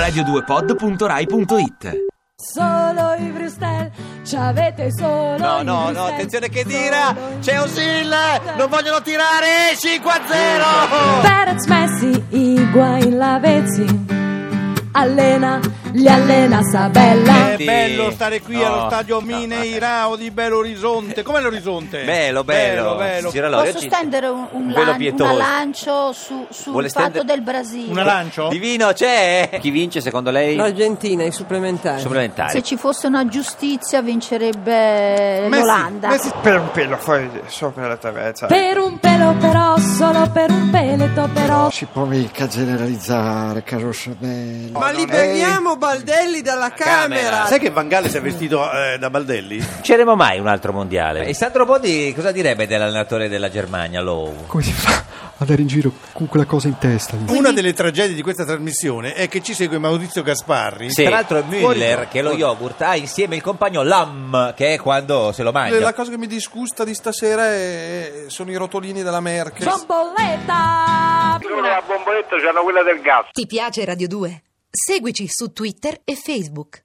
radio2pod.rai.it. Solo i Brustel, c'avete solo i No, Brustel. attenzione che tira, c'è Osil, non vogliono tirare, 5-0. Perez, Messi, Higuain, Lavezzi, li allena Sabella. È bello stare qui allo stadio Mineirao di Belo Horizonte. Com'è l'orizzonte? Bello. Girolori, Posso oggi stendere un velo pietoso. lancio sul Vuole fatto stendere- del Brasile? Una lancio? Divino, c'è? Chi vince secondo lei? L'Argentina, i supplementari. Supplementari. Se ci fosse una giustizia vincerebbe l'Olanda. Messi per un pelo fuori sopra la traversa. Per un pelo però, solo per un peleto però. Si può mica generalizzare, caro Sabella. Ma liberiamo Baldelli dalla Camera. Sai che Van Gaal si è vestito da Baldelli? Vinceremo mai un altro mondiale? E Sandro Bondi cosa direbbe dell'allenatore della Germania, Lowe? Come si fa ad andare in giro con quella cosa in testa? Una delle tragedie di questa trasmissione è che ci segue Maurizio Gasparri. Tra l'altro Müller, che è lo yogurt, ha insieme il compagno Lam, che è quando se lo mangia. La cosa che mi disgusta di stasera sono i rotolini della Merkel. Bomboletta! La bomboletta c'hanno quella del gas. Ti piace Radio 2? Seguici su Twitter e Facebook.